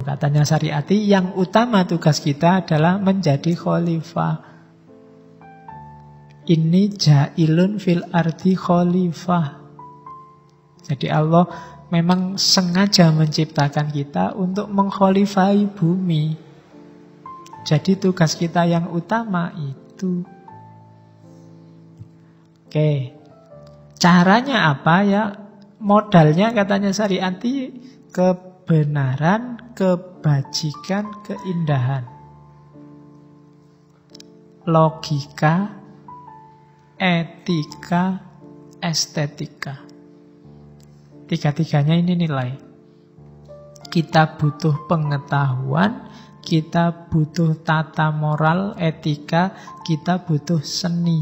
katanya Syariati, yang utama tugas kita adalah menjadi khalifah. Ini ja'ilun fil ardi khalifah. Jadi Allah memang sengaja menciptakan kita untuk mengkhalifahi bumi. Jadi tugas kita yang utama itu. Oke. Caranya apa ya? Modalnya katanya Syariati kebenaran, kebajikan, keindahan. Logika, etika, estetika. Tiga-tiganya ini nilai. Kita butuh pengetahuan, kita butuh tata moral, etika, kita butuh seni.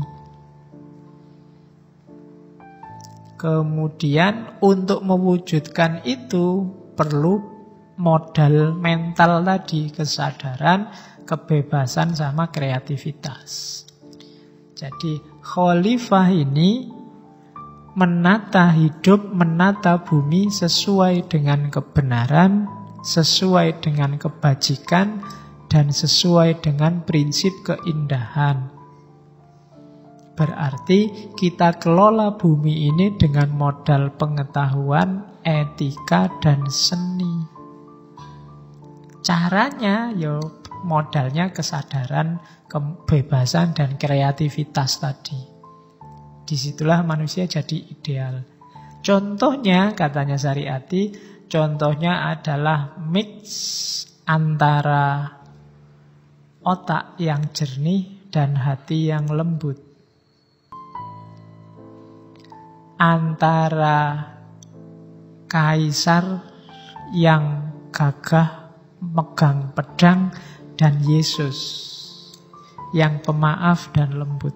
Kemudian untuk mewujudkan itu perlu modal mental tadi, kesadaran, kebebasan, sama kreativitas. Jadi khalifah ini menata hidup, menata bumi sesuai dengan kebenaran, sesuai dengan kebajikan, dan sesuai dengan prinsip keindahan. Berarti kita kelola bumi ini dengan modal pengetahuan, etika, dan seni. Caranya modalnya kesadaran, kebebasan, dan kreativitas tadi. Disitulah manusia jadi ideal. Contohnya, katanya Syariati, contohnya adalah mix antara otak yang jernih dan hati yang lembut. Antara kaisar yang gagah megang pedang dan Yesus yang pemaaf dan lembut.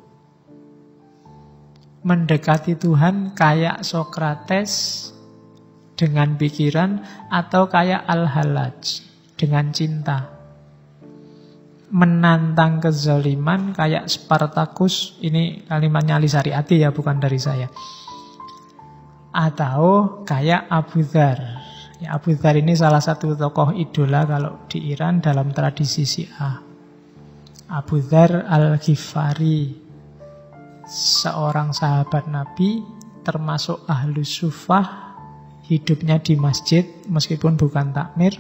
Mendekati Tuhan kayak Sokrates dengan pikiran, atau kayak Al-Hallaj dengan cinta. Menantang kezaliman kayak Spartacus, ini kalimatnya Ali Syariati ya, bukan dari saya. Atau kayak Abu Dzar. Ya, Abu Dzar ini salah satu tokoh idola kalau di Iran dalam tradisi Syiah. Abu Dzar Al-Ghifari, seorang sahabat Nabi, termasuk Ahlus Sufah, hidupnya di masjid meskipun bukan takmir.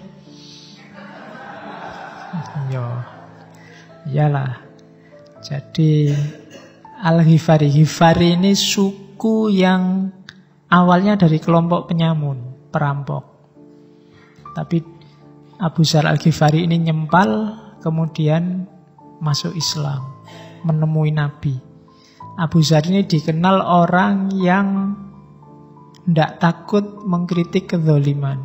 Iyalah. Jadi Al-Ghifari, Ghifari ini suku yang awalnya dari kelompok penyamun, perampok. Tapi Abu Dzar Al-Ghifari ini nyempal, kemudian masuk Islam, menemui Nabi. Abu Dzar ini dikenal orang yang tidak takut mengkritik kezaliman.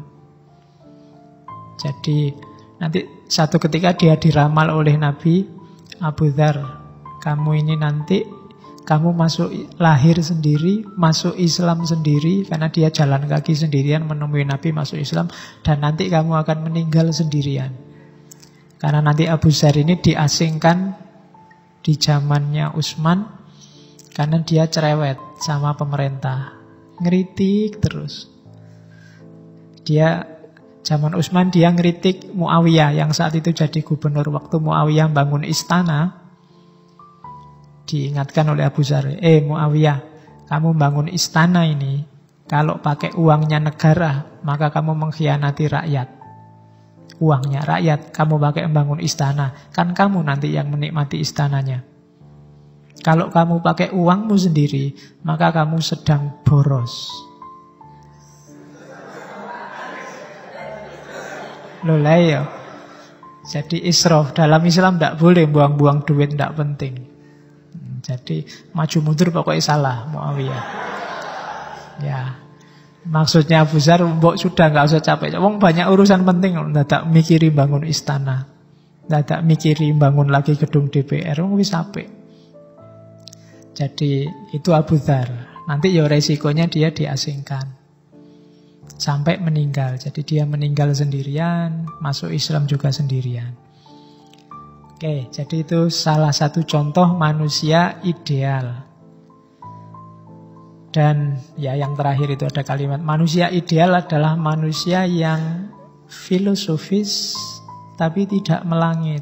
Jadi nanti satu ketika dia diramal oleh Nabi, Abu Dzar, kamu ini nanti kamu lahir sendiri, masuk Islam sendiri, karena dia jalan kaki sendirian menemui Nabi, masuk Islam, dan nanti kamu akan meninggal sendirian. Karena nanti Abu Dzar ini diasingkan di zamannya Utsman, karena dia cerewet sama pemerintah, ngeritik terus. Dia zaman Utsman dia ngeritik Muawiyah yang saat itu jadi gubernur. Waktu Muawiyah bangun istana, diingatkan oleh Abu Dzar, Muawiyah, kamu bangun istana ini, kalau pakai uangnya negara, maka kamu mengkhianati rakyat. Uangnya rakyat, kamu pakai membangun istana, kan kamu nanti yang menikmati istananya. Kalau kamu pakai uangmu sendiri, maka kamu sedang boros. Loh ya. Jadi israf dalam Islam tidak boleh buang-buang duit, tidak penting. Jadi maju mundur pokoknya salah Muawiyah. Ya, maksudnya Abu Dzar, mbok sudah nggak usah capek. Wong banyak urusan penting, tidak mikiri bangun istana, tidak mikiri bangun lagi gedung DPR, wong wis apik. Jadi itu Abu Dzar. Nanti ya resikonya dia diasingkan sampai meninggal. Jadi dia meninggal sendirian, masuk Islam juga sendirian. Oke, jadi itu salah satu contoh manusia ideal. Dan ya yang terakhir itu ada kalimat, manusia ideal adalah manusia yang filosofis tapi tidak melangit.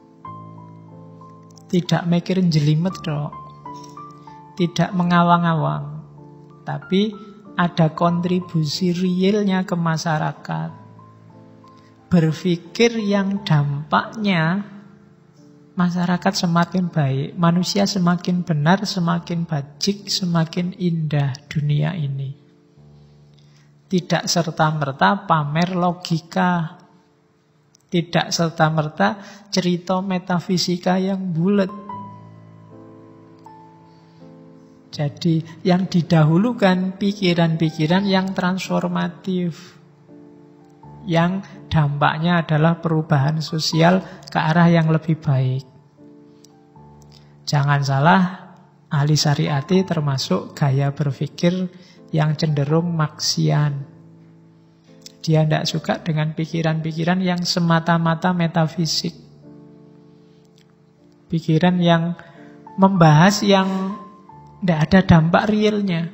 Tidak mikir jelimet dok. Tidak mengawang-awang. Tapi ada kontribusi realnya ke masyarakat. Berpikir yang dampaknya masyarakat semakin baik, manusia semakin benar, semakin bajik, semakin indah dunia ini. Tidak serta-merta pamer logika. Tidak serta-merta cerita metafisika yang bulat. Jadi yang didahulukan pikiran-pikiran yang transformatif. Yang dampaknya adalah perubahan sosial ke arah yang lebih baik. Jangan salah, ahli syariati termasuk gaya berpikir yang cenderung Marxian. Dia tidak suka dengan pikiran-pikiran yang semata-mata metafisik. Pikiran yang membahas yang tidak ada dampak realnya.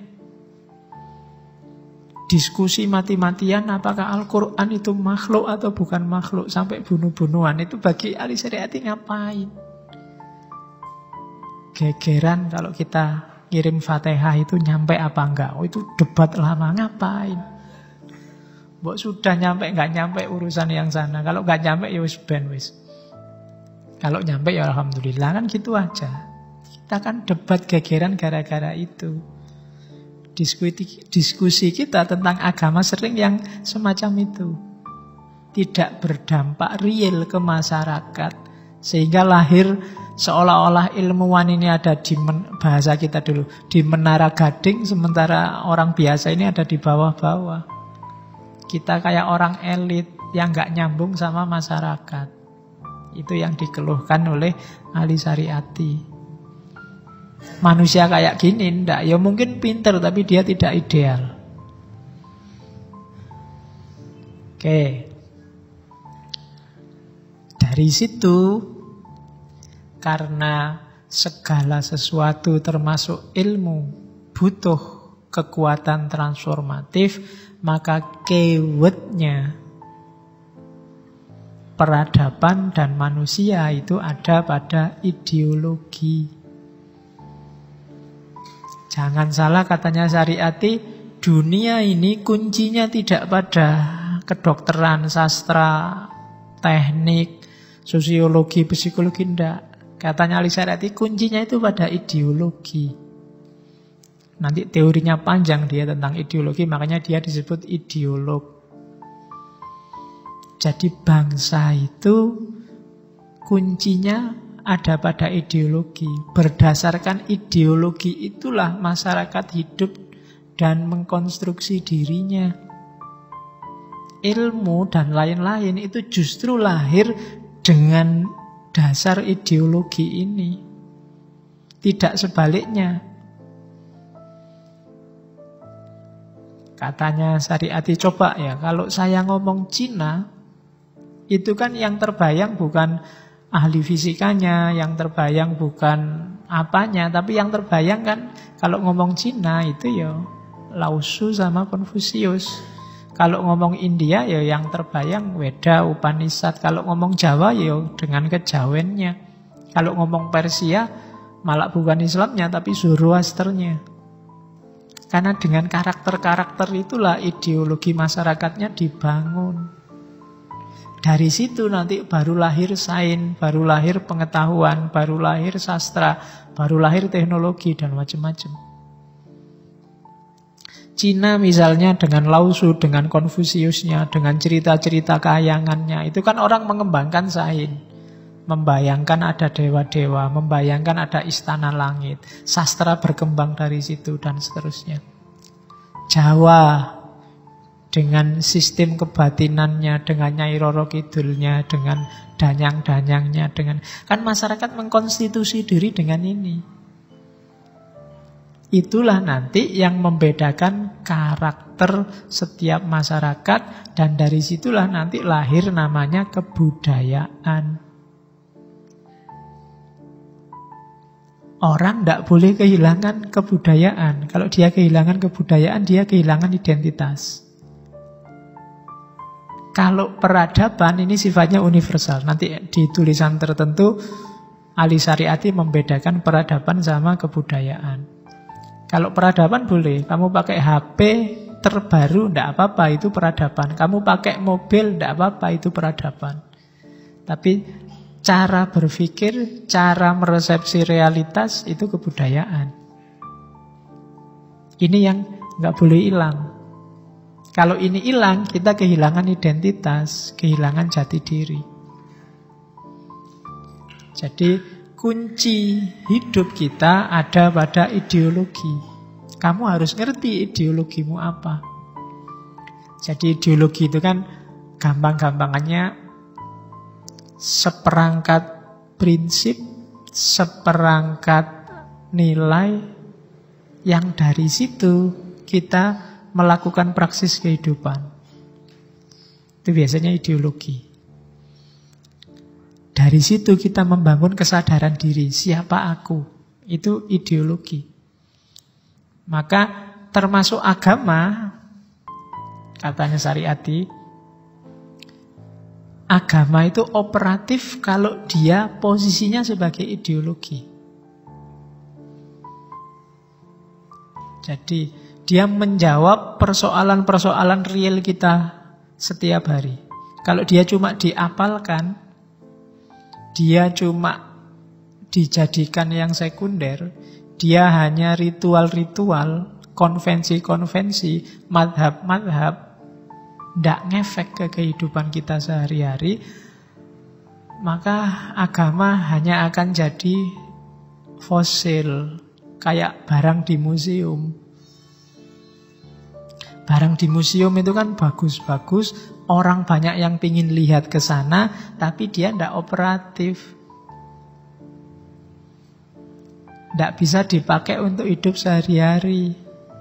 Diskusi mati-matian apakah Al-Quran itu makhluk atau bukan makhluk, sampai bunuh-bunuhan, itu bagi ahli syariati ngapain? Gegeran kalau kita kirim Fatihah itu nyampe apa enggak? Oh, itu debat lama, ngapain? Mbok sudah nyampe nggak nyampe urusan yang sana. Kalau nggak nyampe ya wis ben wis. Kalau nyampe ya alhamdulillah, kan gitu aja. Kita kan debat gegeran gara-gara itu. Diskusi kita tentang agama sering yang semacam itu. Tidak berdampak real ke masyarakat. Sehingga lahir seolah-olah ilmuwan ini ada di bahasa kita dulu, di Menara Gading, sementara orang biasa ini ada di bawah-bawah. Kita kayak orang elit yang nggak nyambung sama masyarakat. Itu yang dikeluhkan oleh ahli syariati. Manusia kayak gini enggak, ya mungkin pinter tapi dia tidak ideal. Oke. Dari situ, karena segala sesuatu termasuk ilmu butuh kekuatan transformatif, maka keywordnya peradaban dan manusia itu ada pada ideologi. Jangan salah, katanya syariati, dunia ini kuncinya tidak pada kedokteran, sastra, teknik, sosiologi, psikologi, tidak. Katanya ahli syariati, kuncinya itu pada ideologi. Nanti teorinya panjang dia tentang ideologi, makanya dia disebut ideolog. Jadi bangsa itu kuncinya ada pada ideologi. Berdasarkan ideologi itulah masyarakat hidup dan mengkonstruksi dirinya. Ilmu dan lain-lain itu justru lahir dengan dasar ideologi ini. Tidak sebaliknya. Katanya syariati, coba ya, kalau saya ngomong Cina, itu kan yang terbayang bukan ahli fisikanya, yang terbayang bukan apanya, tapi yang terbayang kan kalau ngomong Cina itu ya Lao Tzu sama Konfusius. Kalau ngomong India ya yang terbayang Weda, Upanishad. Kalau ngomong Jawa ya dengan kejawennya. Kalau ngomong Persia malah bukan Islamnya tapi Zoroasternya. Karena dengan karakter-karakter itulah ideologi masyarakatnya dibangun. Dari situ nanti baru lahir sains, baru lahir pengetahuan, baru lahir sastra, baru lahir teknologi dan macam-macam. Cina misalnya dengan Lao Tzu, dengan Konfusiusnya, dengan cerita-cerita kayangannya, itu kan orang mengembangkan sains. Membayangkan ada dewa-dewa, membayangkan ada istana langit. Sastra berkembang dari situ dan seterusnya. Jawa dengan sistem kebatinannya, dengan Nyai Roro Kidulnya, dengan danyang-danyangnya, dengan kan masyarakat mengkonstitusi diri dengan ini. Itulah nanti yang membedakan karakter setiap masyarakat, dan dari situlah nanti lahir namanya kebudayaan. Orang tidak boleh kehilangan kebudayaan. Kalau dia kehilangan kebudayaan, dia kehilangan identitas. Kalau peradaban ini sifatnya universal. Nanti di tulisan tertentu Ali Syariati membedakan peradaban sama kebudayaan. Kalau peradaban boleh, kamu pakai HP terbaru tidak apa-apa, itu peradaban. Kamu pakai mobil tidak apa-apa, itu peradaban. Tapi cara berpikir, cara meresepsi realitas itu kebudayaan. Ini yang nggak boleh hilang. Kalau ini hilang, kita kehilangan identitas, kehilangan jati diri. Jadi kunci hidup kita ada pada ideologi. Kamu harus ngerti ideologimu apa. Jadi ideologi itu kan gampang-gampangannya seperangkat prinsip, seperangkat nilai yang dari situ kita melakukan praksis kehidupan. Itu biasanya ideologi. Dari situ kita membangun kesadaran diri, siapa aku? Itu ideologi. Maka termasuk agama, katanya Syariati, agama itu operatif kalau dia posisinya sebagai ideologi. Jadi dia menjawab persoalan-persoalan real kita setiap hari. Kalau dia cuma diapalkan, dia cuma dijadikan yang sekunder, dia hanya ritual-ritual, konvensi-konvensi, madhab-madhab, tidak ngefek ke kehidupan kita sehari-hari, maka agama hanya akan jadi fosil, kayak barang di museum. Barang di museum itu kan bagus-bagus, orang banyak yang pingin lihat ke sana, tapi dia tidak operatif. Tidak bisa dipakai untuk hidup sehari-hari.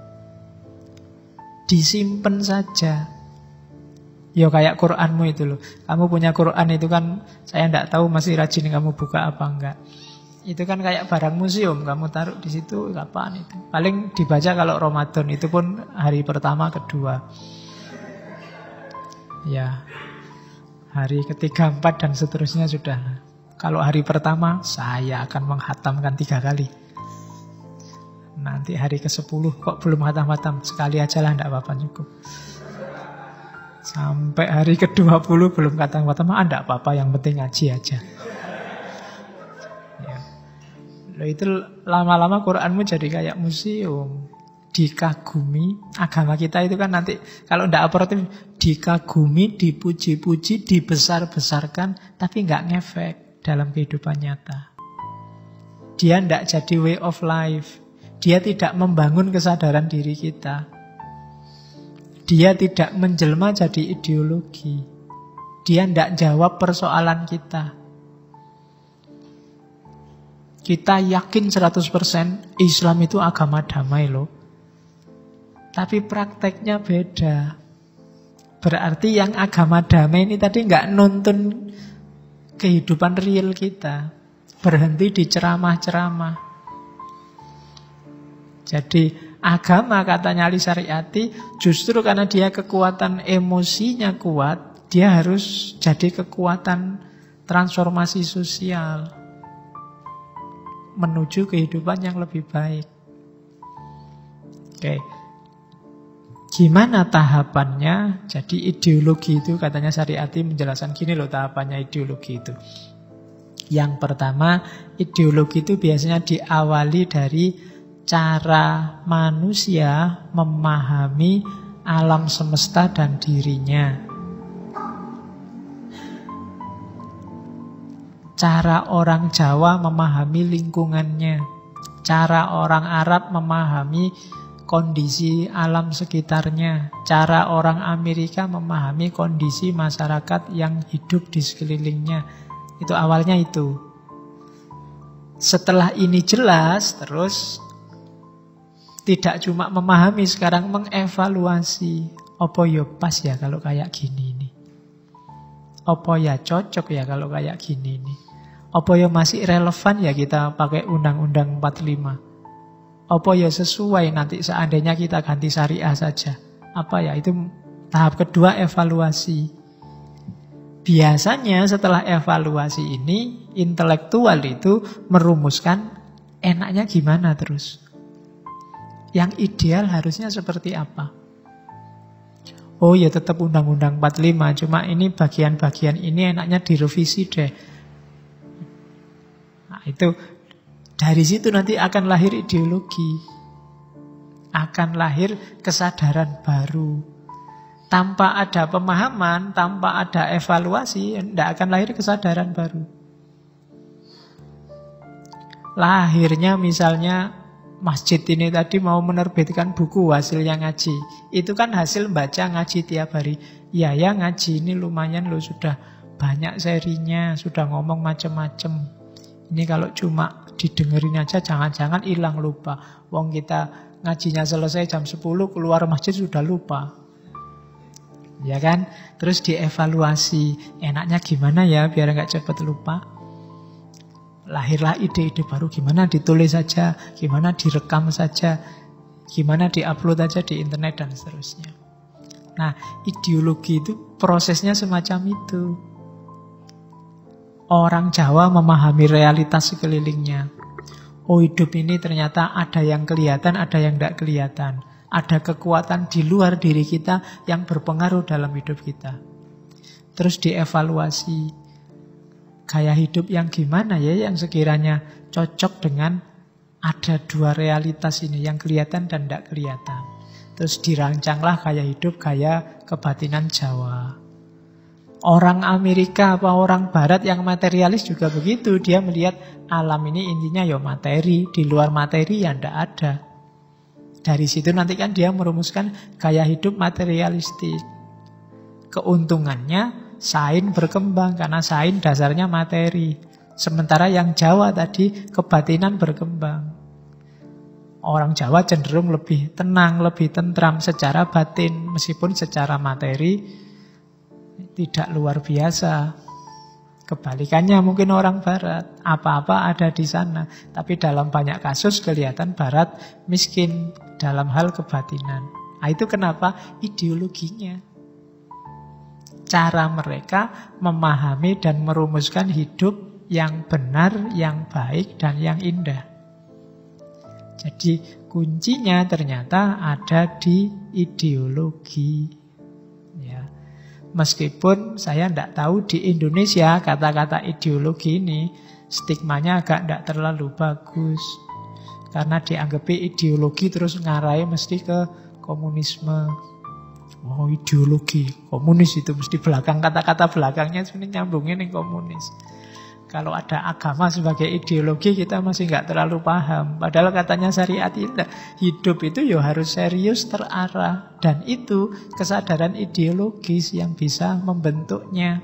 Disimpan saja. Ya kayak Quranmu itu loh. Kamu punya Quran itu kan, saya tidak tahu masih rajin kamu buka apa enggak. Itu kan kayak barang museum, kamu taruh di situ kapan itu. Paling dibaca kalau Ramadan, itu pun hari pertama, kedua. Ya, hari ketiga, 4 dan seterusnya sudah. Kalau hari pertama, saya akan menghatamkan 3 kali. Nanti hari ke-10 kok belum hatam-hatam, sekali aja lah, tidak apa-apa cukup. Sampai hari ke-20 belum hatam-hatam, tidak apa-apa, yang penting ngaji aja. Itu lama-lama Quranmu jadi kayak museum, dikagumi. Agama kita itu kan nanti kalau tidak operatif, dikagumi, dipuji-puji, dibesar-besarkan, tapi nggak ngefek dalam kehidupan nyata. Dia tidak jadi way of life. Dia tidak membangun kesadaran diri kita. Dia tidak menjelma jadi ideologi. Dia tidak jawab persoalan kita. Kita yakin 100% Islam itu agama damai loh. Tapi prakteknya beda. Berarti yang agama damai ini tadi nggak nuntun kehidupan real kita. Berhenti di ceramah-ceramah. Jadi agama, katanya Ali Syariati, justru karena dia kekuatan emosinya kuat, dia harus jadi kekuatan transformasi sosial menuju kehidupan yang lebih baik. Oke. Gimana tahapannya? Jadi ideologi itu, katanya Syariati menjelaskan gini loh tahapannya ideologi itu. Yang pertama, ideologi itu biasanya diawali dari cara manusia memahami alam semesta dan dirinya. Cara orang Jawa memahami lingkungannya. Cara orang Arab memahami kondisi alam sekitarnya. Cara orang Amerika memahami kondisi masyarakat yang hidup di sekelilingnya. Itu awalnya itu. Setelah ini jelas, terus tidak cuma memahami, sekarang mengevaluasi. Apa ya pas ya kalau kayak gini nih? Apa ya cocok ya kalau kayak gini nih? Apa ya masih relevan ya kita pakai Undang-Undang 45? Apa ya sesuai nanti seandainya kita ganti syariah saja? Apa ya, itu tahap kedua, evaluasi. biasanya setelah evaluasi ini, intelektual itu merumuskan enaknya gimana terus. Yang ideal harusnya seperti apa. Oh ya tetap Undang-Undang 45, cuma ini bagian-bagian ini enaknya direvisi deh. Nah itu, dari situ nanti akan lahir ideologi. Akan lahir kesadaran baru. Tanpa ada pemahaman, tanpa ada evaluasi, tidak akan lahir kesadaran baru. Lahirnya misalnya masjid ini tadi mau menerbitkan buku hasilnya ngaji. Itu kan hasil baca ngaji tiap hari. Ya ngaji ini lumayan loh, sudah banyak serinya, sudah ngomong macam-macam. Ini kalau cuma didengerin aja jangan-jangan hilang lupa. Wong kita ngajinya selesai jam 10, keluar masjid sudah lupa. Ya kan? Terus dievaluasi, enaknya gimana ya biar nggak cepat lupa. Lahirlah ide-ide baru, gimana ditulis saja, gimana direkam saja, gimana diupload saja di internet dan seterusnya. Nah, ideologi itu prosesnya semacam itu. Orang Jawa memahami realitas sekelilingnya. Oh, hidup ini ternyata ada yang kelihatan, ada yang tidak kelihatan. Ada kekuatan di luar diri kita yang berpengaruh dalam hidup kita. Terus dievaluasi. Gaya hidup yang gimana ya, yang sekiranya cocok dengan ada dua realitas ini, yang kelihatan dan tidak kelihatan. Terus dirancanglah gaya hidup, gaya kebatinan Jawa. Orang Amerika apa orang Barat yang materialis juga begitu. Dia melihat alam ini intinya ya materi, di luar materi ya tidak ada. Dari situ nanti kan dia merumuskan gaya hidup materialistik. Keuntungannya sains berkembang karena sains dasarnya materi. Sementara yang Jawa tadi kebatinan berkembang. Orang Jawa cenderung lebih tenang, lebih tentram secara batin, meskipun secara materi tidak luar biasa. Kebalikannya mungkin orang Barat, apa-apa ada di sana. Tapi dalam banyak kasus kelihatan Barat miskin dalam hal kebatinan. Nah, itu kenapa? Ideologinya. Cara mereka memahami dan merumuskan hidup yang benar, yang baik, dan yang indah. Jadi kuncinya ternyata ada di ideologi. Ya. Meskipun saya tidak tahu di Indonesia kata-kata ideologi ini stigmanya agak tidak terlalu bagus. Karena dianggap ideologi terus ngarai mesti ke komunisme. Oh, ideologi komunis itu mesti belakang, kata-kata belakangnya sebenarnya nyambungin yang komunis. Kalau ada agama sebagai ideologi kita masih nggak terlalu paham. Padahal katanya syariat itu hidup itu ya harus serius, terarah, dan itu kesadaran ideologis yang bisa membentuknya.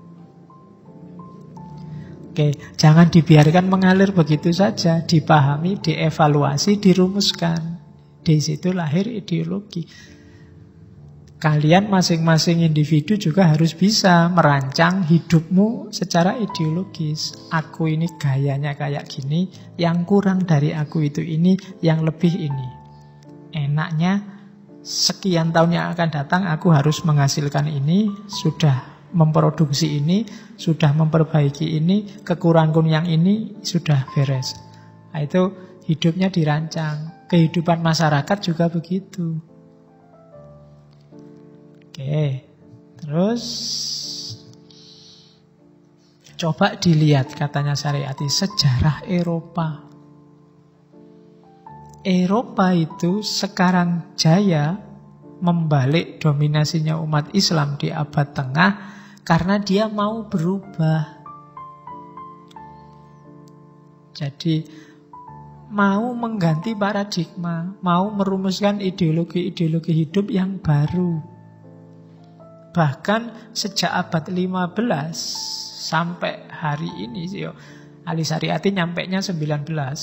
Oke, jangan dibiarkan mengalir begitu saja, dipahami, dievaluasi, dirumuskan. Di situ lahir ideologi. Kalian masing-masing individu juga harus bisa merancang hidupmu secara ideologis. Aku ini gayanya kayak gini, yang kurang dari aku itu ini, yang lebih ini. Enaknya sekian tahun yang akan datang aku harus menghasilkan ini, sudah memproduksi ini, sudah memperbaiki ini, kekurangan yang ini sudah beres. Nah, itu hidupnya dirancang. Kehidupan masyarakat juga begitu. Oke, terus coba dilihat katanya Syariati sejarah Eropa. Eropa itu sekarang jaya membalik dominasinya umat Islam di abad tengah karena dia mau berubah. Jadi mau mengganti paradigma, mau merumuskan ideologi-ideologi hidup yang baru. Bahkan sejak abad 15 sampai hari ini, Ali Syariati nyampainya 19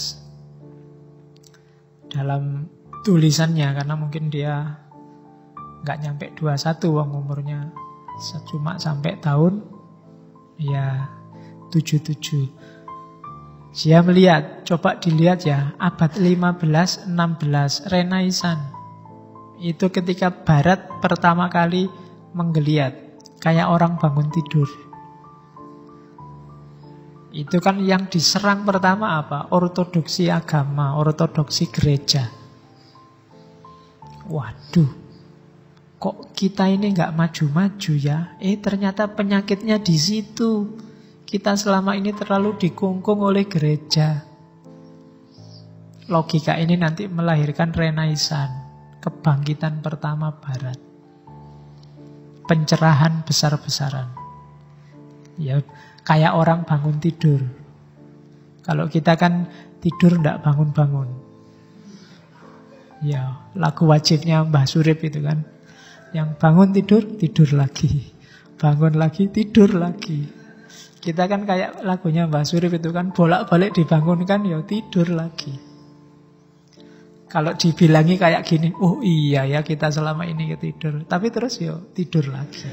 dalam tulisannya, karena mungkin dia nggak nyampe 21 wong umurnya, cuma sampai tahun ya 77. Dia melihat, coba dilihat ya, abad 15-16 Renaissance. Itu ketika Barat pertama kali menggeliat, kayak orang bangun tidur. Itu kan yang diserang pertama apa? Ortodoksi agama, ortodoksi gereja. Waduh, kok kita ini nggak maju-maju ya? Ternyata penyakitnya di situ. Kita selama ini terlalu dikungkung oleh gereja. Logika ini nanti melahirkan Renaisan, kebangkitan pertama Barat. Pencerahan besar-besaran. Ya, kayak orang bangun tidur. Kalau kita kan tidur ndak bangun-bangun. Ya, lagu wajibnya Mbah Surip itu kan. Yang bangun tidur, tidur lagi. Bangun lagi, tidur lagi. Kita kan kayak lagunya Mbah Surip itu kan, bolak-balik dibangunkan, ya tidur lagi. Kalau dibilangi kayak gini, oh iya ya kita selama ini tidur. Tapi terus ya tidur lagi.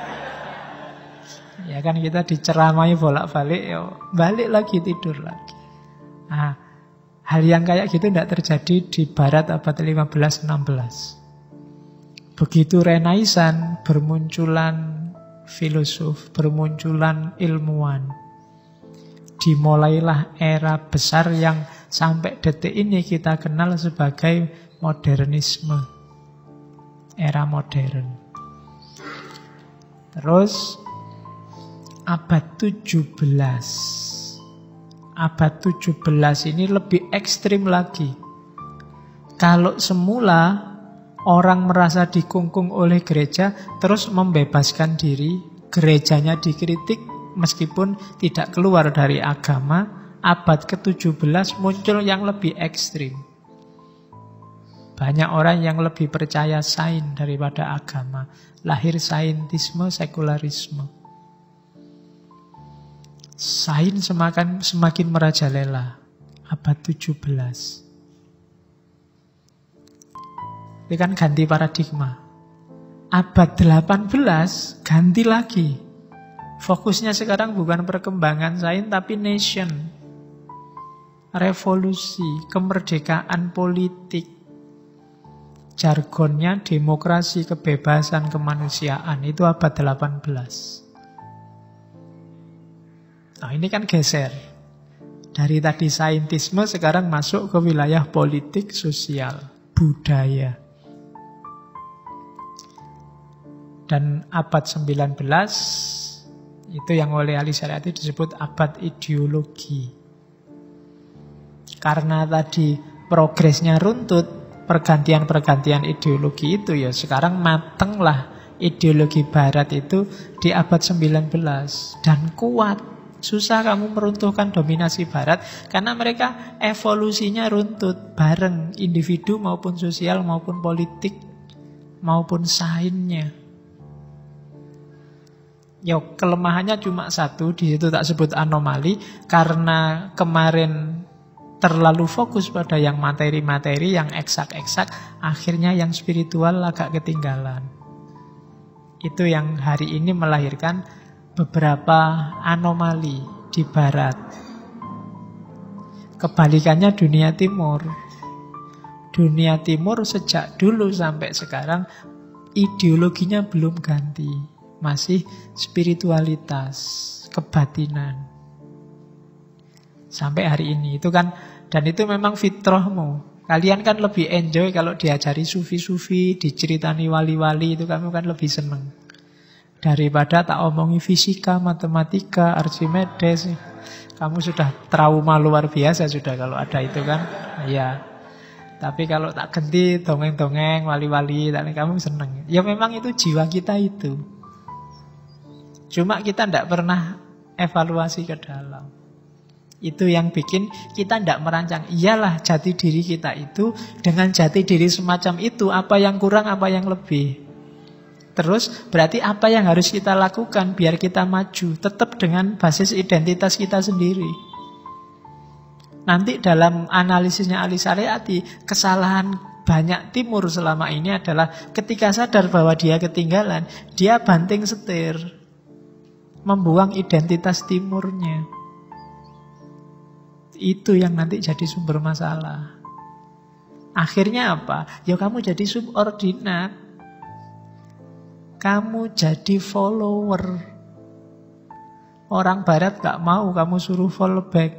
Ya kan kita diceramai bolak-balik, ya balik lagi, tidur lagi. Nah, hal yang kayak gitu tidak terjadi di Barat abad 15-16. Begitu Renaisan, bermunculan filosof, bermunculan ilmuwan. Dimulailah era besar yang sampai detik ini kita kenal sebagai modernisme. Era modern. Terus abad 17. Abad 17 ini lebih ekstrim lagi. Kalau semula orang merasa dikungkung oleh gereja, terus membebaskan diri, gerejanya dikritik meskipun tidak keluar dari agama, abad ke-17 muncul yang lebih ekstrim. Banyak orang yang lebih percaya sains daripada agama. Lahir saintisme, sekularisme. Sains semakin merajalela. Abad 17. Ini kan ganti paradigma. Abad 18 ganti lagi. Fokusnya sekarang bukan perkembangan sains tapi nation. Revolusi, kemerdekaan politik. Jargonnya demokrasi, kebebasan, kemanusiaan. Itu abad 18. Nah, ini kan geser. Dari tadi saintisme sekarang masuk ke wilayah politik, sosial, budaya. Dan abad 19 itu yang oleh Ali Syariati disebut abad ideologi. Karena tadi progresnya runtut, pergantian-pergantian ideologi itu ya sekarang matenglah ideologi barat itu di abad 19 dan kuat. Susah kamu meruntuhkan dominasi barat karena mereka evolusinya runtut bareng, individu maupun sosial maupun politik maupun sainsnya. Yo, kelemahannya cuma satu, di situ tak sebut anomali karena kemarin terlalu fokus pada yang materi-materi, yang eksak-eksak, akhirnya yang spiritual agak ketinggalan. Itu yang hari ini melahirkan beberapa anomali di barat. Kebalikannya dunia timur. Dunia timur sejak dulu sampai sekarang ideologinya belum ganti. Masih spiritualitas, kebatinan. Sampai hari ini itu kan, dan itu memang fitrahmu. Kalian kan lebih enjoy kalau diajari sufi-sufi, diceritani wali-wali, itu kamu kan lebih seneng. Daripada tak omongi fisika, matematika, Archimedes. Kamu sudah trauma luar biasa sudah kalau ada itu kan. Ya. Tapi kalau tak ganti dongeng-dongeng, wali-wali, kamu seneng. Ya memang itu jiwa kita itu. Cuma kita tidak pernah evaluasi ke dalam. Itu yang bikin kita tidak merancang. Iyalah jati diri kita itu, dengan jati diri semacam itu, apa yang kurang, apa yang lebih. Terus berarti apa yang harus kita lakukan biar kita maju, tetap dengan basis identitas kita sendiri. Nanti dalam analisisnya Ali Syariati, kesalahan banyak timur selama ini adalah ketika sadar bahwa dia ketinggalan, dia banting setir, membuang identitas timurnya. Itu yang nanti jadi sumber masalah. Akhirnya apa? Ya kamu jadi subordinat. Kamu jadi follower. Orang barat gak mau kamu suruh follow back.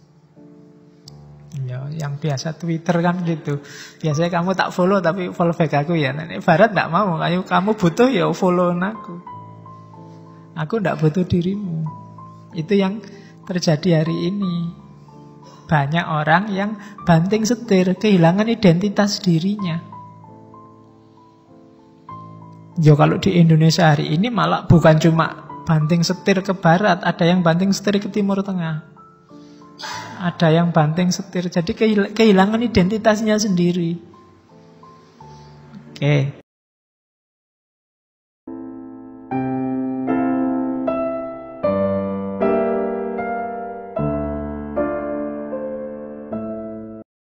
Ya, yang biasa Twitter kan gitu. Biasanya kamu tak follow tapi follow back aku ya. Nah, barat gak mau. Kamu butuh ya follow aku. Aku gak butuh dirimu. Itu yang terjadi hari ini. Banyak orang yang banting setir, kehilangan identitas dirinya. Ya kalau di Indonesia hari ini malah bukan cuma banting setir ke barat, ada yang banting setir ke timur tengah. Ada yang banting setir, jadi kehilangan identitasnya sendiri. Oke,